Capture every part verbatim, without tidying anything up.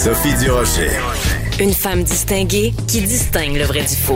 Sophie Durocher. Une femme distinguée qui distingue le vrai du faux.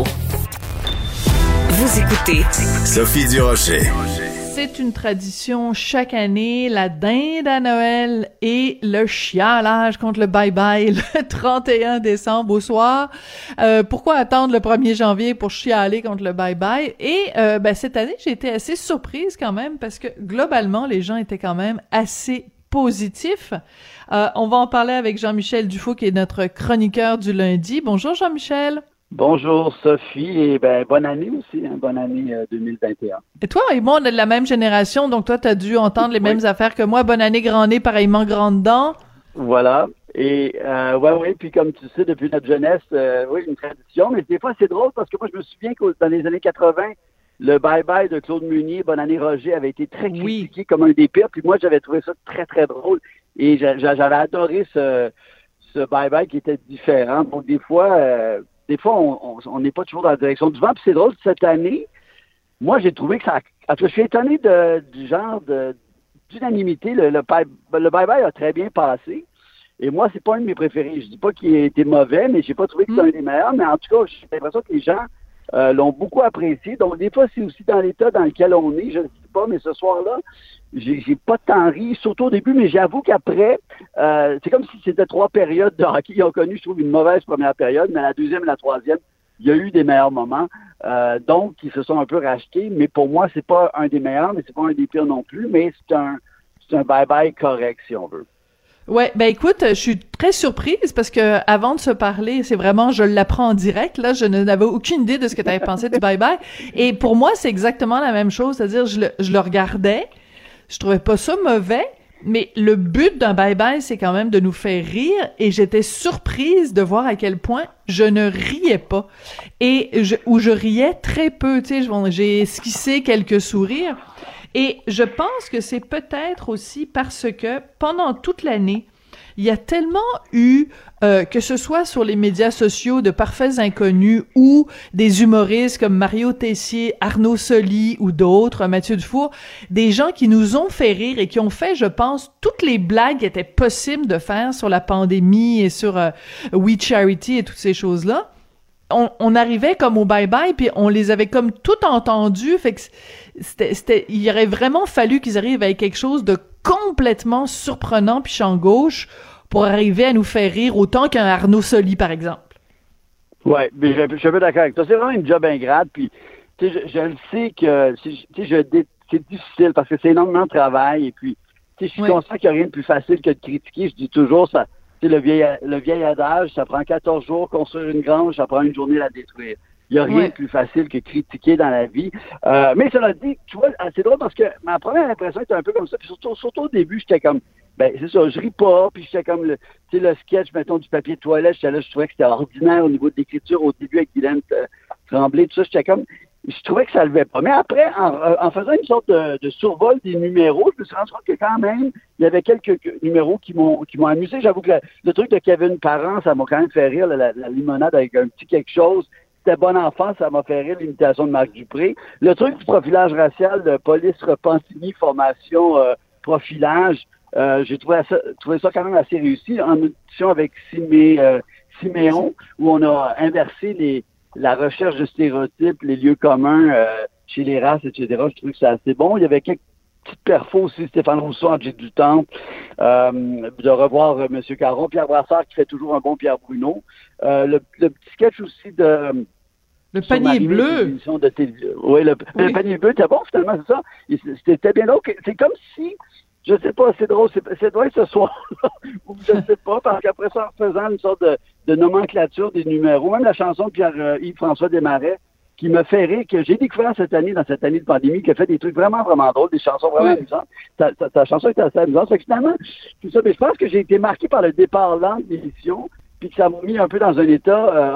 Vous écoutez Sophie Durocher. C'est une tradition chaque année, la dinde à Noël et le chialage contre le bye-bye le trente et un décembre au soir. Euh, pourquoi attendre le premier janvier pour chialer contre le bye-bye? Et euh, ben, cette année, j'ai été assez surprise quand même parce que globalement, les gens étaient quand même assez positifs. Euh, on va en parler avec Jean-Michel Dufault qui est notre chroniqueur du lundi. Bonjour Jean-Michel. Bonjour Sophie, et ben bonne année aussi, hein, bonne année euh, deux mille vingt et un. Et toi et moi, on est de la même génération, donc toi, tu as dû entendre les oui. mêmes affaires que moi. Bonne année, grand nez, pareillement grande dent. Voilà, et euh, ouais, oui, puis comme tu sais, depuis notre jeunesse, euh, oui, une tradition, mais des fois c'est drôle parce que moi, je me souviens que dans les années quatre-vingt, le bye-bye de Claude Meunier, Bonne année Roger, avait été très critiqué oui. comme un des pires, puis moi, j'avais trouvé ça très, très drôle, et j'avais adoré ce, ce bye-bye qui était différent. Donc, des fois... Euh, Des fois, on n'est pas toujours dans la direction du vent. Puis c'est drôle, cette année, moi, j'ai trouvé que ça... En tout cas, je suis étonné de, du genre de, d'unanimité. Le, le, le bye-bye a très bien passé. Et moi, c'est pas un de mes préférés. Je dis pas qu'il a été mauvais, mais j'ai pas trouvé que c'était un des meilleurs. Mais en tout cas, j'ai l'impression que les gens euh, l'ont beaucoup apprécié. Donc, des fois, c'est aussi dans l'état dans lequel on est. Je ne sais pas, mais ce soir-là, j'ai, j'ai pas tant ri, surtout au début, mais j'avoue qu'après, euh, c'est comme si c'était trois périodes de hockey. Ils ont connu, je trouve, une mauvaise première période, mais la deuxième et la troisième, il y a eu des meilleurs moments. Euh, donc, ils se sont un peu rachetés, mais pour moi, c'est pas un des meilleurs, mais c'est pas un des pires non plus, mais c'est un, c'est un bye-bye correct, si on veut. Ouais, ben écoute, je suis très surprise parce que avant de se parler, c'est vraiment, je l'apprends en direct, là, je n'avais aucune idée de ce que tu avais pensé du bye-bye. Et pour moi, c'est exactement la même chose, c'est-à-dire, je le, je le regardais, je trouvais pas ça mauvais, mais le but d'un bye-bye, c'est quand même de nous faire rire, et j'étais surprise de voir à quel point je ne riais pas. Et je, ou je riais très peu, tu sais, j'ai esquissé quelques sourires. Et je pense que c'est peut-être aussi parce que pendant toute l'année, il y a tellement eu, euh, que ce soit sur les médias sociaux de parfaits inconnus ou des humoristes comme Mario Tessier, Arnaud Soli ou d'autres, Mathieu Dufour, des gens qui nous ont fait rire et qui ont fait, je pense, toutes les blagues qui étaient possibles de faire sur la pandémie et sur euh, We Charity et toutes ces choses-là. On, on arrivait comme au bye-bye, puis on les avait comme tout entendus, fait que c'était, c'était, il aurait vraiment fallu qu'ils arrivent avec quelque chose de complètement surprenant puis champ gauche pour arriver à nous faire rire autant qu'un Arnaud Soli, par exemple. Oui, mais je, je suis un peu d'accord avec toi. C'est vraiment une job ingrate, puis tu sais, je, je le sais que tu sais, je, c'est difficile parce que c'est énormément de travail, et puis tu sais, je suis oui. conscient qu'il n'y a rien de plus facile que de critiquer. Je dis toujours ça. Tu sais, le vieil, le vieil adage, ça prend quatorze jours construire une grange, ça prend une journée à la détruire. Il n'y a rien ouais. de plus facile que critiquer dans la vie. Euh, mais cela dit, tu vois, c'est drôle parce que ma première impression était un peu comme ça. Puis surtout, surtout au début, j'étais comme, ben c'est ça, je ris pas. Puis j'étais comme, le, tu sais, le sketch, mettons, du papier de toilette, j'étais là, je trouvais que c'était ordinaire au niveau de l'écriture au début avec Guylaine Tremblay, tout ça. J'étais comme, je trouvais que ça levait pas. Mais après, en, en faisant une sorte de, de survol des numéros, je me suis rendu compte que quand même, il y avait quelques numéros qui m'ont qui m'ont amusé. J'avoue que le, le truc de Kevin Parent, ça m'a quand même fait rire, la, la, la limonade avec un petit quelque chose. C'était bon enfant, ça m'a fait rire, l'imitation de Marc Dupré. Le truc du profilage racial, de police Repentigny, formation, euh, profilage, euh, j'ai trouvé ça, trouvé ça quand même assez réussi. En audition avec Simé, euh, Siméon, où on a inversé les la recherche de stéréotypes, les lieux communs euh, chez les races, et cetera. Je trouve que c'est assez bon. Il y avait quelques petites perfos aussi, Stéphane Rousseau, Angé Dutemps, euh, de revoir euh, M. Caron, Pierre Brassard qui fait toujours un bon Pierre Bruno. Euh, le, le petit sketch aussi de... Le panier bleu. De télé... Oui, le, oui, le panier bleu, c'était bon finalement, c'est ça. C'était bien drôle. C'est comme si... Je sais pas, c'est drôle, c'est, c'est drôle ce soir-là, je sais pas, parce qu'après ça, en faisant une sorte de, de nomenclature des numéros, même la chanson de Pierre-Yves-François Desmarais, qui me fait rire, que j'ai découvert cette année, dans cette année de pandémie, qui a fait des trucs vraiment, vraiment drôles, des chansons vraiment oui. amusantes. Ta, ta, ta chanson était assez amusante. Fait que finalement, tout ça, mais je pense que j'ai été marqué par le départ lent de l'émission, puis que ça m'a mis un peu dans un état, euh,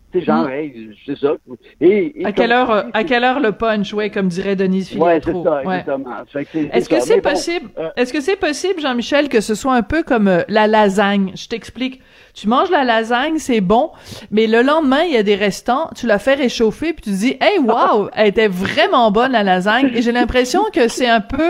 Tu sais, genre, Mm. hey, c'est ça. Et, et À quelle comme- heure, euh, à quelle heure le punch, ouais, comme dirait Denise Ouais, Filiatro. c'est ça, Ouais. exactement. Fait que c'est- Est-ce c'est que ça. c'est Mais bon, possible, euh, est-ce que c'est possible, Jean-Michel, que ce soit un peu comme euh, la lasagne? Je t'explique. Tu manges la lasagne, c'est bon, mais le lendemain, il y a des restants, tu la fais réchauffer, puis tu te dis, hey, wow, elle était vraiment bonne, la lasagne. Et j'ai l'impression que c'est un peu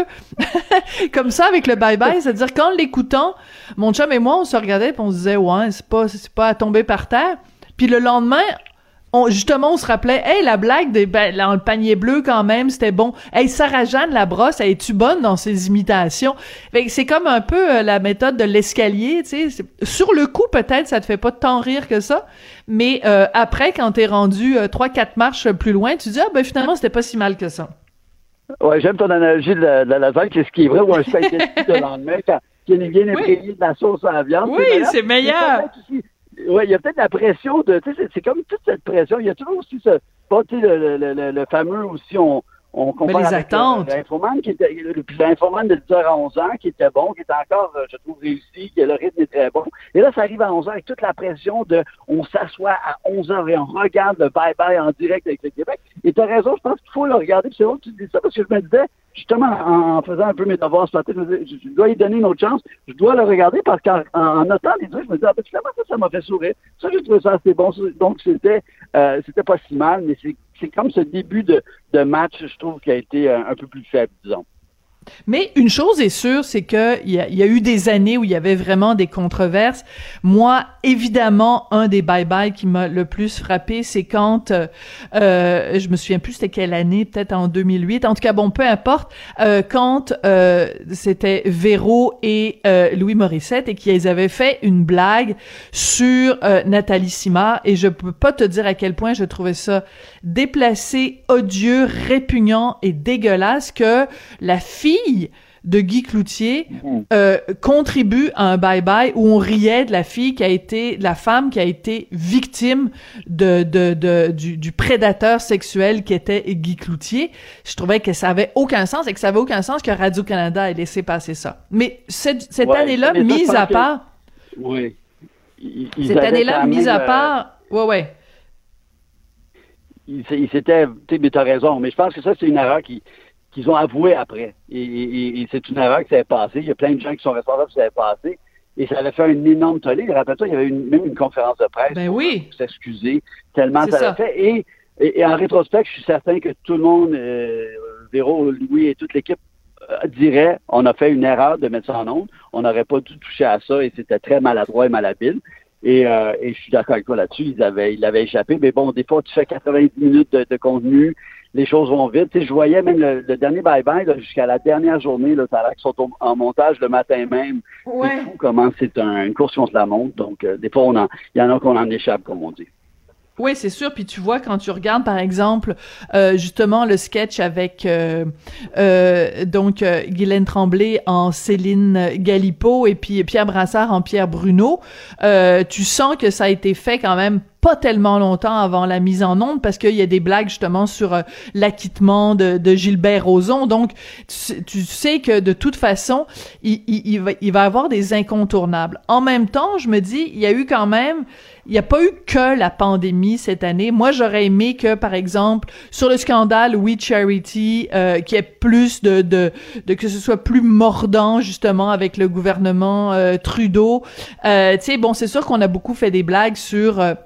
comme ça avec le bye-bye. C'est-à-dire, qu'en l'écoutant, mon chum et moi, on se regardait, puis on se disait, ouais, c'est pas, c'est pas à tomber par terre. Puis le lendemain, on, justement, on se rappelait, hey, la blague des, ben, dans le panier bleu, quand même, c'était bon. Hey, Sarah-Jeanne Labrosse, elle est-tu bonne dans ses imitations? Fait que c'est comme un peu euh, la méthode de l'escalier, tu sais. C'est- Sur le coup, peut-être, ça te fait pas tant rire que ça. Mais, euh, après, quand t'es rendu euh, trois, quatre marches plus loin, tu dis, ah, ben, finalement, c'était pas si mal que ça. Ouais, j'aime ton analogie de la, de la lasagne, c'est ce qui est vrai, ou un spaghetti le lendemain, quand il est bien imprégné de la sauce à la viande. Oui, c'est meilleur. Oui, il y a peut-être la pression de, tu sais, c'est- c'est comme toute cette pression. Il y a toujours aussi ce, pas, tu sais, le, le, le, le fameux aussi, on, on compare les avec attentes. euh, l'infoman qui était, le- puis l'infoman de dix heures à onze ans, qui était bon, qui était encore, euh, je trouve, réussi, que le rythme est très bon. Et là, ça arrive à onze heures avec toute la pression de, on s'assoit à onze heures et on regarde le bye-bye en direct avec le Québec. Et t'as raison, je pense qu'il faut le regarder. Puis c'est drôle que tu dis ça, parce que je me disais, justement, en, en faisant un peu mes devoirs ce matin, je me disais, je, je dois y donner une autre chance. Je dois le regarder parce qu'en en, en notant les trucs, je me disais, ah, ben, finalement, ça, ça m'a fait sourire. Ça, j'ai trouvé ça assez bon. Donc, c'était, euh, c'était pas si mal, mais c'est, c'est comme ce début de, de match, je trouve, qui a été euh, un peu plus faible, disons. Mais une chose est sûre, c'est que il y a, il y a eu des années où il y avait vraiment des controverses. Moi, évidemment, un des bye-bye qui m'a le plus frappé, c'est quand, euh, euh, je me souviens plus c'était quelle année, peut-être en deux mille huit. En tout cas, bon, peu importe, euh, quand euh, c'était Véro et euh, Louis Morissette et qu'ils avaient fait une blague sur euh, Nathalie Simard. Et je peux pas te dire à quel point je trouvais ça déplacé, odieux, répugnant et dégueulasse que la fille de Guy Cloutier euh, contribue à un bye-bye où on riait de la fille qui a été, de la femme qui a été victime de, de, de, du, du prédateur sexuel qui était Guy Cloutier. Je trouvais que ça avait aucun sens et que ça avait aucun sens que Radio-Canada ait laissé passer ça. Mais cette, cette Ouais, année-là, mais ça, je mise pense à que- part, Oui. Ils- ils cette avaient année-là, quand mise même, à euh, part, ouais, ouais. ils ils s'étaient, tu sais, mais t'as raison, mais je pense que ça, c'est une erreur qui, qu'ils ont avoué après. Et, et- et c'est une erreur qui s'est passée. Il y a plein de gens qui sont responsables de ce qui s'est passé. Et ça avait fait un énorme tollé. Rappelle-toi, il y avait une, même une conférence de presse Ben pour, oui. pour s'excuser, tellement C'est ça ça. l'a fait. Et, et, et en rétrospect, je suis certain que tout le monde, euh, Véro, Louis et toute l'équipe euh, dirait on a fait une erreur de mettre ça en onde. On n'aurait pas dû toucher à ça et c'était très maladroit et malhabile. Et, euh, et je suis d'accord avec toi là-dessus. Ils avaient, ils l'avaient échappé. Mais bon, des fois, tu fais quatre-vingt-dix minutes de, de contenu. Les choses vont vite. Tu sais, je voyais même le, le dernier bye-bye, là, jusqu'à la dernière journée, là, ça a l'air qu'ils sont au- en montage le matin même. Ouais. C'est fou comment c'est un, une course contre la montre. Donc, euh, des fois, on en, il y en a qu'on en échappe, comme on dit. Oui, c'est sûr. Puis tu vois, quand tu regardes, par exemple, euh, justement, le sketch avec euh, euh, donc euh, Guylaine Tremblay en Céline Galipeau et puis Pierre Brassard en Pierre Bruno, euh, tu sens que ça a été fait quand même pas tellement longtemps avant la mise en onde parce qu'il y a des blagues justement sur euh, l'acquittement de, de Gilbert Rozon. Donc, tu, sais- tu sais que de toute façon, il, il, il va, il va avoir des incontournables. En même temps, je me dis, il y a eu quand même, il n'y a pas eu que la pandémie cette année. Moi, j'aurais aimé que, par exemple, sur le scandale We Charity, euh, qu'il y ait plus de, de, de, que ce soit plus mordant, justement, avec le gouvernement euh, Trudeau. Euh, tu sais, bon, c'est sûr qu'on a beaucoup fait des blagues sur... Euh,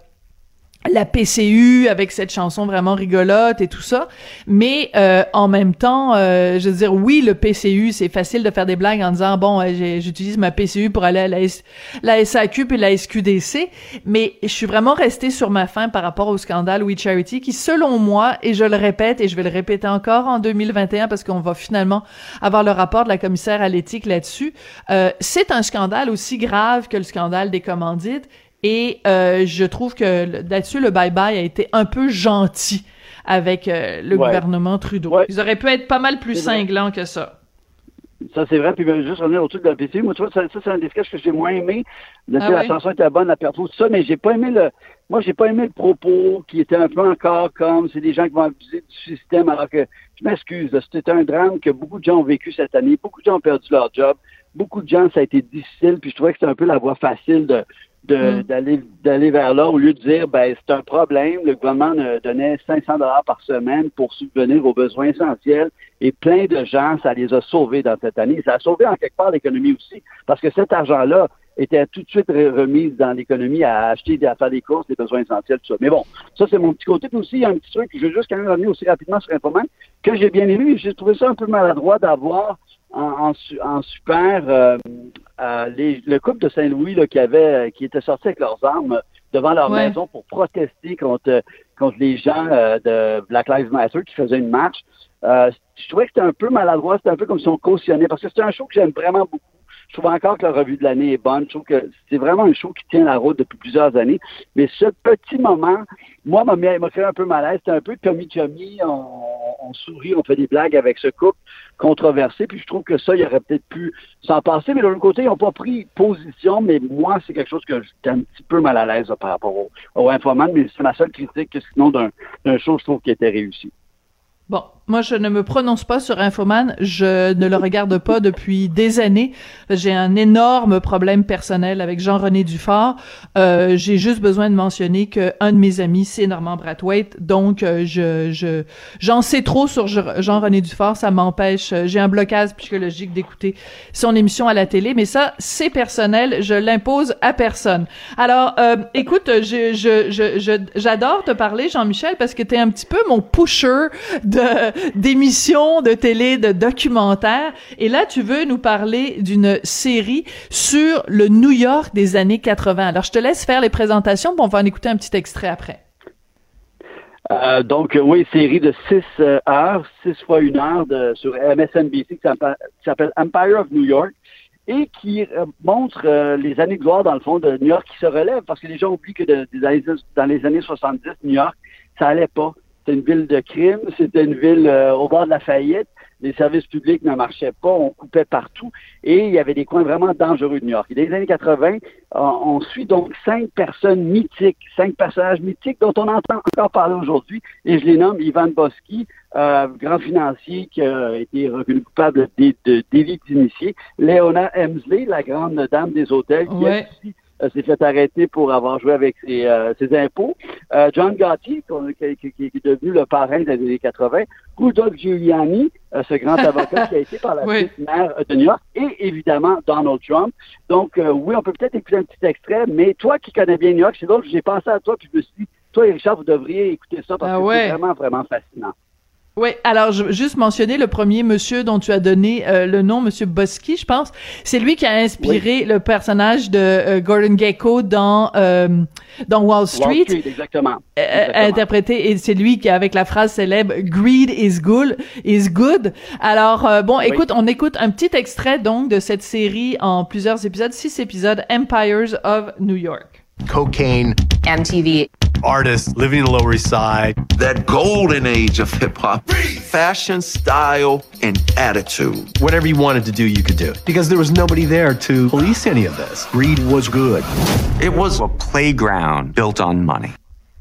la P C U avec cette chanson vraiment rigolote et tout ça, mais euh, en même temps, euh, je veux dire, oui, le P C U, c'est facile de faire des blagues en disant bon, euh, j'ai, j'utilise ma P C U pour aller à la, S- la S A Q puis la S Q D C, mais je suis vraiment restée sur ma faim par rapport au scandale We Charity, qui, selon moi, et je le répète et je vais le répéter encore en deux mille vingt et un parce qu'on va finalement avoir le rapport de la commissaire à l'éthique là-dessus, euh, c'est un scandale aussi grave que le scandale des commandites. Et euh, je trouve que là-dessus, le bye-bye a été un peu gentil avec euh, le Ouais. gouvernement Trudeau. Ouais. Ils auraient pu être pas mal plus C'est vrai. cinglants que ça. Ça, c'est vrai. Puis, ben, juste revenir au truc de la P C U. Moi, tu vois, ça, ça c'est un des sketchs que j'ai moins aimé. Là, Ah tu sais, ouais? La chanson était bonne, la perfo, tout ça, mais j'ai pas aimé le, moi, j'ai pas aimé le propos qui était un peu encore comme, c'est des gens qui vont abuser du système, alors que, je m'excuse, là, c'était un drame que beaucoup de gens ont vécu cette année. Beaucoup de gens ont perdu leur job. Beaucoup de gens, ça a été difficile, puis je trouvais que c'était un peu la voie facile de, de, Mm. d'aller, d'aller vers là au lieu de dire, ben, c'est un problème. Le gouvernement donnait cinq cents dollars par semaine pour subvenir aux besoins essentiels et plein de gens, ça les a sauvés dans cette année. Ça a sauvé en quelque part l'économie aussi parce que cet argent-là était tout de suite remise dans l'économie à acheter, à faire des courses, des besoins essentiels, tout ça. Mais bon, ça, c'est mon petit côté. Puis aussi, il y a un petit truc que je veux juste quand même revenir aussi rapidement sur Infoman, que j'ai bien aimé. J'ai trouvé ça un peu maladroit d'avoir en, en, en super euh, euh, les, le couple de Saint-Louis là, qui avait, qui était sorti avec leurs armes devant leur Ouais. maison pour protester contre, contre les gens euh, de Black Lives Matter qui faisaient une marche. Euh, je trouvais que c'était un peu maladroit, c'était un peu comme si on cautionnait, parce que c'est un show que j'aime vraiment beaucoup. Je trouve encore que la revue de l'année est bonne. Je trouve que c'est vraiment un show qui tient la route depuis plusieurs années. Mais ce petit moment, moi, m'a, m'a fait un peu malaise. C'était un peu chummy-chummy. On, on sourit, on fait des blagues avec ce couple controversé. Puis je trouve que ça, il aurait peut-être pu s'en passer. Mais de l'autre côté, ils n'ont pas pris position. Mais moi, c'est quelque chose que j'étais un petit peu mal à l'aise là, par rapport au, au Infoman. Mais c'est ma seule critique, que sinon d'un, d'un show, je trouve qui était réussi. Bon, moi, je ne me prononce pas sur Infoman. Je ne le regarde pas depuis des années. J'ai un énorme problème personnel avec Jean-René Dufort. Euh, j'ai juste besoin de mentionner que un de mes amis, c'est Normand Brathwaite. Donc, euh, je, je, j'en sais trop sur Jean-René Dufort. Ça m'empêche. J'ai un blocage psychologique d'écouter son émission à la télé. Mais ça, c'est personnel. Je l'impose à personne. Alors, euh, écoute, je, je, je, je, j'adore te parler, Jean-Michel, parce que t'es un petit peu mon pusher de d'émissions de télé, de documentaires. Et là, tu veux nous parler d'une série sur le New York des années quatre-vingts. Alors, je te laisse faire les présentations, puis on va en écouter un petit extrait après. Euh, donc, oui, série de six euh, heures, six fois une heure de, sur M S N B C qui s'appelle, qui s'appelle Empire of New York et qui euh, montre euh, les années de gloire, dans le fond, de New York qui se relèvent parce que les gens oublient que de, des années, dans les années soixante-dix, New York, ça allait pas. C'était une ville de crime, c'était une ville euh, au bord de la faillite. Les services publics ne marchaient pas, on coupait partout et il y avait des coins vraiment dangereux de New York. Et dans les années quatre-vingts, on, on suit donc cinq personnes mythiques, cinq personnages mythiques dont on entend encore parler aujourd'hui et je les nomme Ivan Boski, euh, grand financier qui a été reconnu coupable de, de délits d'initiés, Léona Emsley, la grande dame des hôtels, qui ouais. a aussi Euh, s'est fait arrêter pour avoir joué avec ses, euh, ses impôts. Euh, John Gotti, qui, qui, qui est devenu le parrain des années quatre-vingts. Rudolph Giuliani, euh, ce grand avocat qui a été par la suite oui. maire de New York. Et évidemment, Donald Trump. Donc, euh, oui, on peut peut-être écouter un petit extrait, mais toi qui connais bien New York, c'est drôle, j'ai pensé à toi, puis je me suis dit, toi et Richard, vous devriez écouter ça parce ah, que ouais. c'est vraiment, vraiment fascinant. Oui, alors je veux juste mentionner le premier monsieur dont tu as donné euh, le nom, monsieur Boski, je pense. C'est lui qui a inspiré oui. le personnage de euh, Gordon Gekko dans euh, dans Wall Street. Wall Street, exactement. Euh, exactement. Interprété, et c'est lui qui avec la phrase célèbre "Greed is good, is good". Alors euh, bon, oui. écoute, on écoute un petit extrait donc de cette série en plusieurs épisodes, six épisodes, Empires of New York. Cocaine, M T V. Artists living in the Lower East Side. That golden age of hip-hop. Fashion, style, and attitude. Whatever you wanted to do, you could do. Because there was nobody there to police any of this. Greed was good. It was a playground built on money.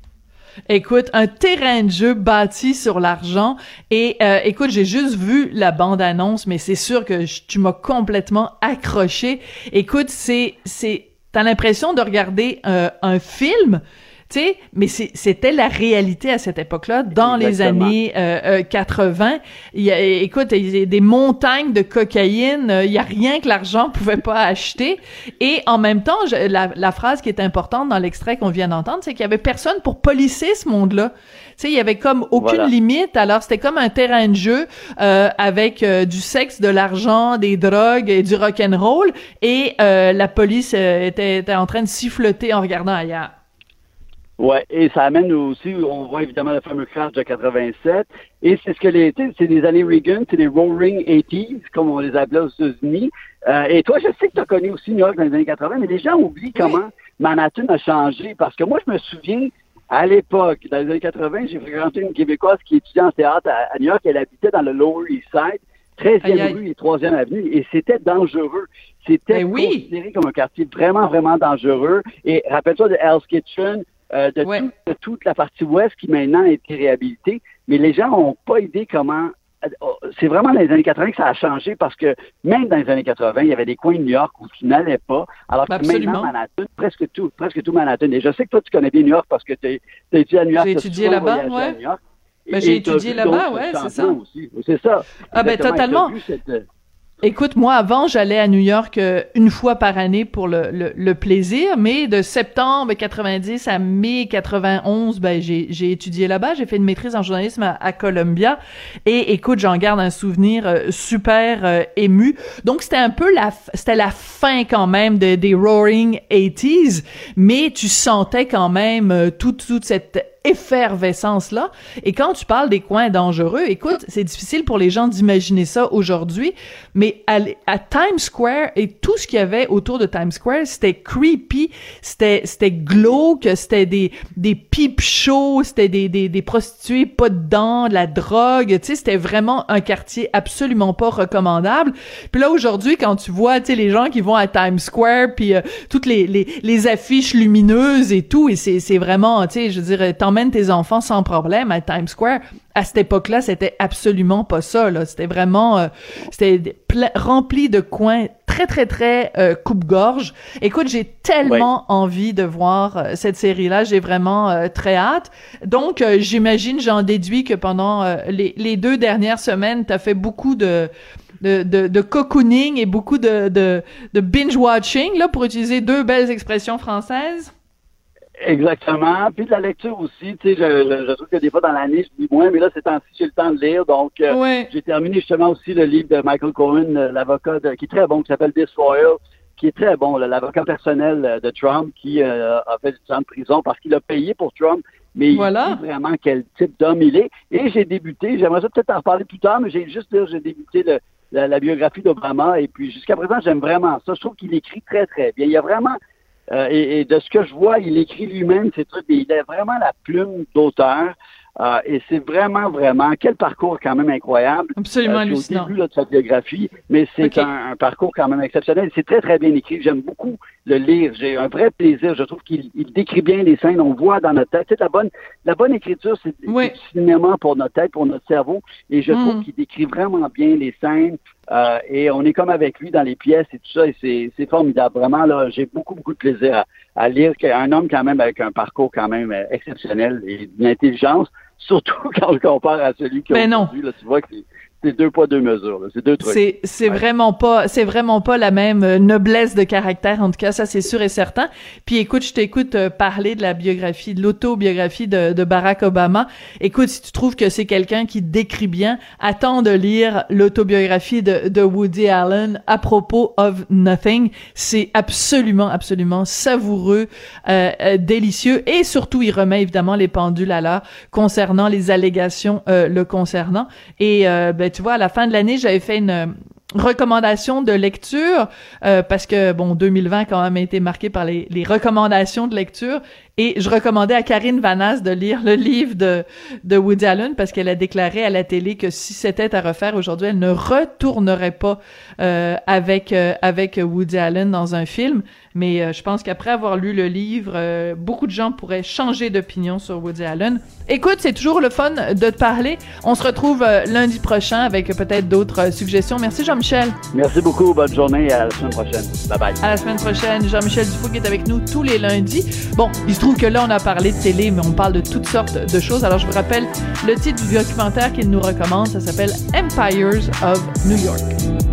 Écoute, un terrain de jeu bâti sur l'argent. Et euh, écoute, j'ai juste vu la bande-annonce, mais c'est sûr que je, tu m'as complètement accroché. Écoute, c'est... c'est t'as l'impression de regarder euh, un film... Tu sais, mais c'est, c'était la réalité à cette époque-là, dans Exactement. les années euh, euh, quatre-vingts. Il y a, écoute, il y a des montagnes de cocaïne, il y a rien que l'argent pouvait pas acheter. Et en même temps, je, la, la phrase qui est importante dans l'extrait qu'on vient d'entendre, c'est qu'il y avait personne pour policer ce monde-là. Tu sais, il y avait comme aucune voilà. limite. Alors, c'était comme un terrain de jeu euh, avec euh, du sexe, de l'argent, des drogues et du rock'n'roll. Et euh, la police euh, était, était en train de siffloter en regardant ailleurs. Ouais, et ça amène aussi, on voit évidemment le fameux crash de quatre-vingt-sept, et c'est ce que les, tu sais, c'est les années Reagan, c'est les Roaring eighties, comme on les appelait aux États-Unis. Euh, et toi, je sais que tu as connu aussi New York dans les années quatre-vingts, mais les gens oublient comment Manhattan a changé, parce que moi, je me souviens, à l'époque, dans les années quatre-vingts, j'ai fréquenté une Québécoise qui étudiait en théâtre à, à New York, elle habitait dans le Lower East Side, treizième rue et troisième avenue, et c'était dangereux. C'était oui. considéré comme un quartier vraiment, vraiment dangereux. Et rappelle-toi de Hell's Kitchen, Euh, de, ouais. tout, de toute la partie ouest qui maintenant a été réhabilitée, mais les gens n'ont pas idée comment c'est vraiment dans les années quatre-vingts que ça a changé parce que même dans les années quatre-vingts, il y avait des coins de New York où tu n'allais pas. Alors que Absolument. maintenant, Manhattan, presque tout, presque tout Manhattan. Et je sais que toi, tu connais bien New York parce que tu as étudié à New York. J'ai étudié là-bas, ouais. Ben, j'ai étudié là-bas, ouais, c'est ça. Aussi. C'est ça. Ah ben totalement. Cette... Écoute, moi, avant, j'allais à New York euh, une fois par année pour le, le, le plaisir, mais de septembre quatre-vingt-dix à mai quatre-vingt-onze, ben, j'ai, j'ai étudié là-bas, j'ai fait une maîtrise en journalisme à, à Columbia, et écoute, j'en garde un souvenir euh, super euh, ému. Donc, c'était un peu la, c'était la fin quand même de, des Roaring eighties, mais tu sentais quand même euh, toute, toute cette effervescence-là. Et quand tu parles des coins dangereux, écoute, c'est difficile pour les gens d'imaginer ça aujourd'hui, mais à, à Times Square et tout ce qu'il y avait autour de Times Square, c'était creepy, c'était, c'était glauque, c'était des, des peep shows, c'était des, des, des prostituées pas dedans, de la drogue, tu sais, c'était vraiment un quartier absolument pas recommandable. Puis là, aujourd'hui, quand tu vois, tu sais, les gens qui vont à Times Square, puis euh, toutes les, les, les affiches lumineuses et tout, et c'est, c'est vraiment, tu sais, je veux dire, t'emmènes tes enfants sans problème à Times Square. À cette époque-là, c'était absolument pas ça, là. C'était vraiment, euh, c'était ple- rempli de coins très, très, très euh, coupe-gorge. Écoute, j'ai tellement oui. envie de voir euh, cette série-là. J'ai vraiment euh, très hâte. Donc, euh, j'imagine, j'en déduis que pendant euh, les, les deux dernières semaines, t'as fait beaucoup de de, de, de cocooning et beaucoup de, de, de binge-watching, là, pour utiliser deux belles expressions françaises. Exactement. Puis de la lecture aussi. Tu sais, je, je, je trouve que des fois dans l'année, je lis moins, mais là, c'est temps-ci, j'ai le temps de lire. Donc, euh, ouais. j'ai terminé justement aussi le livre de Michael Cohen, l'avocat de, qui est très bon, qui s'appelle Disloyal, qui est très bon, là, l'avocat personnel de Trump, qui euh, a fait du temps de prison parce qu'il a payé pour Trump, mais voilà. Il dit vraiment quel type d'homme il est. Et j'ai débuté, j'aimerais ça peut-être en reparler plus tard, mais j'ai juste j'ai débuté le, la, la biographie d'Obama, et puis jusqu'à présent, j'aime vraiment ça. Je trouve qu'il écrit très, très bien. Il y a vraiment... Euh, et, et de ce que je vois, il écrit lui-même ces trucs, il a vraiment la plume d'auteur, euh, et c'est vraiment, vraiment, quel parcours quand même incroyable. Absolument euh, hallucinant. Au début là, de sa biographie, mais c'est okay. un, un parcours quand même exceptionnel. C'est très, très bien écrit. J'aime beaucoup le lire. J'ai un vrai plaisir. Je trouve qu'il il décrit bien les scènes. On voit dans notre tête. C'est la bonne, la bonne écriture, c'est, oui. c'est du cinéma pour notre tête, pour notre cerveau, et je mm. trouve qu'il décrit vraiment bien les scènes. Euh, et on est comme avec lui dans les pièces et tout ça, et c'est, c'est formidable. Vraiment, là, j'ai beaucoup, beaucoup de plaisir à, à lire un homme quand même avec un parcours quand même exceptionnel et d'une intelligence, surtout quand on le compare à celui qui a aujourd'hui. Là, tu vois que c'est, c'est deux poids, deux mesures. Là. C'est deux trucs. C'est, c'est ouais. vraiment pas, c'est vraiment pas la même noblesse de caractère. En tout cas, ça, c'est sûr et certain. Puis écoute, je t'écoute euh, parler de la biographie, de l'autobiographie de, de Barack Obama. Écoute, si tu trouves que c'est quelqu'un qui décrit bien, attends de lire l'autobiographie de, de Woody Allen à propos of Nothing. C'est absolument, absolument savoureux, euh, euh, délicieux, et surtout, il remet évidemment les pendules à l'heure concernant les allégations euh, le concernant. Et euh, ben, tu vois, à la fin de l'année, j'avais fait une euh, recommandation de lecture, euh, parce que, bon, deux mille vingt a quand même été marqué par les, les recommandations de lecture, et je recommandais à Karine Vanasse de lire le livre de, de Woody Allen, parce qu'elle a déclaré à la télé que si c'était à refaire aujourd'hui, elle ne retournerait pas euh, avec euh, avec Woody Allen dans un film. Mais euh, je pense qu'après avoir lu le livre, euh, beaucoup de gens pourraient changer d'opinion sur Woody Allen. Écoute, c'est toujours le fun de te parler. On se retrouve euh, lundi prochain avec peut-être d'autres euh, suggestions. Merci Jean-Michel. Merci beaucoup. Bonne journée et à la semaine prochaine. Bye bye. À la semaine prochaine. Jean-Michel Dufault qui est avec nous tous les lundis. Bon, il se trouve que là, on a parlé de télé, mais on parle de toutes sortes de choses. Alors, je vous rappelle le titre du documentaire qu'il nous recommande. Ça s'appelle Empires of New York.